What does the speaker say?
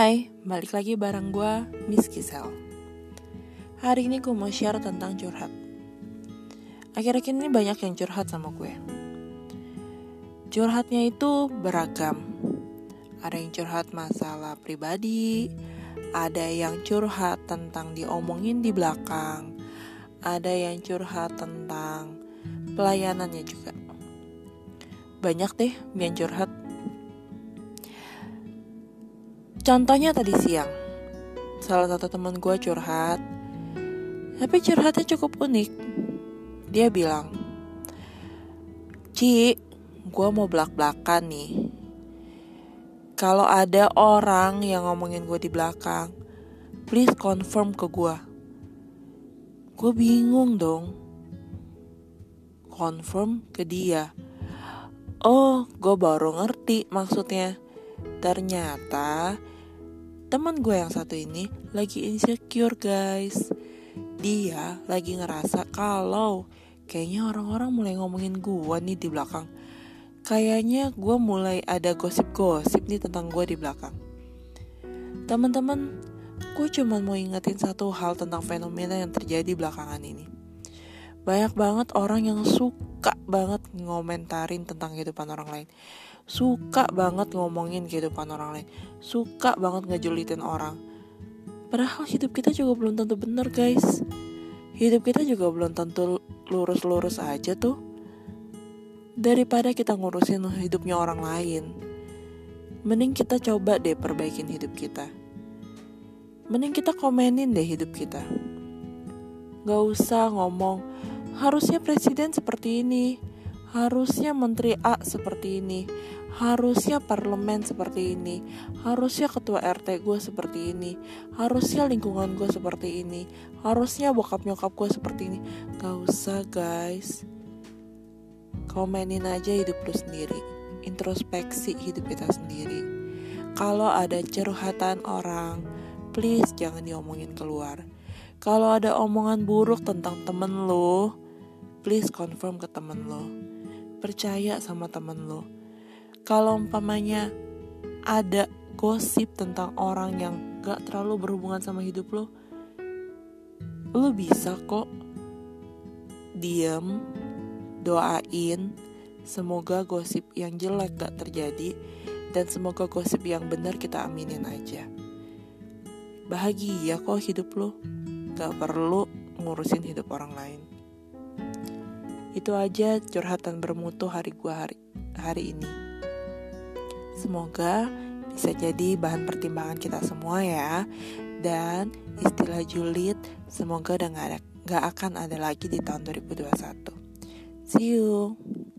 Hai, balik lagi bareng gue, Miss Gisel. Hari ini gue mau share tentang curhat. Akhir-akhir ini banyak yang curhat sama gue. Curhatnya itu beragam. Ada yang curhat masalah pribadi, ada yang curhat tentang diomongin di belakang, ada yang curhat tentang pelayanannya juga. Banyak deh yang curhat. Contohnya tadi siang, salah satu teman gue curhat, tapi curhatnya cukup unik. Dia bilang, Ci, gue mau belak-belakan nih. Kalau ada orang yang ngomongin gue di belakang, please confirm ke gue. Gue bingung dong. Confirm ke dia. Oh, gue baru ngerti maksudnya. Ternyata teman gue yang satu ini lagi insecure, guys. Dia lagi ngerasa kalau kayaknya orang-orang mulai ngomongin gue nih di belakang. Kayaknya gue mulai ada gosip-gosip nih tentang gue di belakang. Teman-teman, gue cuma mau ingetin satu hal tentang fenomena yang terjadi belakangan ini. Banyak banget orang yang suka banget ngomentarin tentang kehidupan orang lain, suka banget ngomongin kehidupan orang lain, suka banget ngejulitin orang. Padahal hidup kita juga belum tentu benar, guys. Hidup kita juga belum tentu lurus-lurus aja tuh. Daripada kita ngurusin hidupnya orang lain, mending kita coba deh perbaikin hidup kita. Mending kita komenin deh hidup kita. Gak usah ngomong, harusnya presiden seperti ini, harusnya menteri A seperti ini, harusnya parlemen seperti ini, harusnya ketua RT gue seperti ini, harusnya lingkungan gue seperti ini, harusnya bokap nyokap gue seperti ini. Gak usah, guys. Komenin aja hidup lu sendiri, introspeksi hidup kita sendiri. Kalau ada curhatan orang, please jangan diomongin keluar. Kalau ada omongan buruk tentang temen lo, please confirm ke temen lo. Percaya sama temen lo. Kalau umpamanya ada gosip tentang orang yang gak terlalu berhubungan sama hidup lo bisa kok diem, doain, semoga gosip yang jelek gak terjadi, dan semoga gosip yang benar kita aminin aja. Bahagia kok hidup lo, gak perlu ngurusin hidup orang lain. Itu aja curhatan bermutu hari ini. Semoga bisa jadi bahan pertimbangan kita semua ya. Dan istilah julid semoga udah gak akan ada lagi di tahun 2021. See you.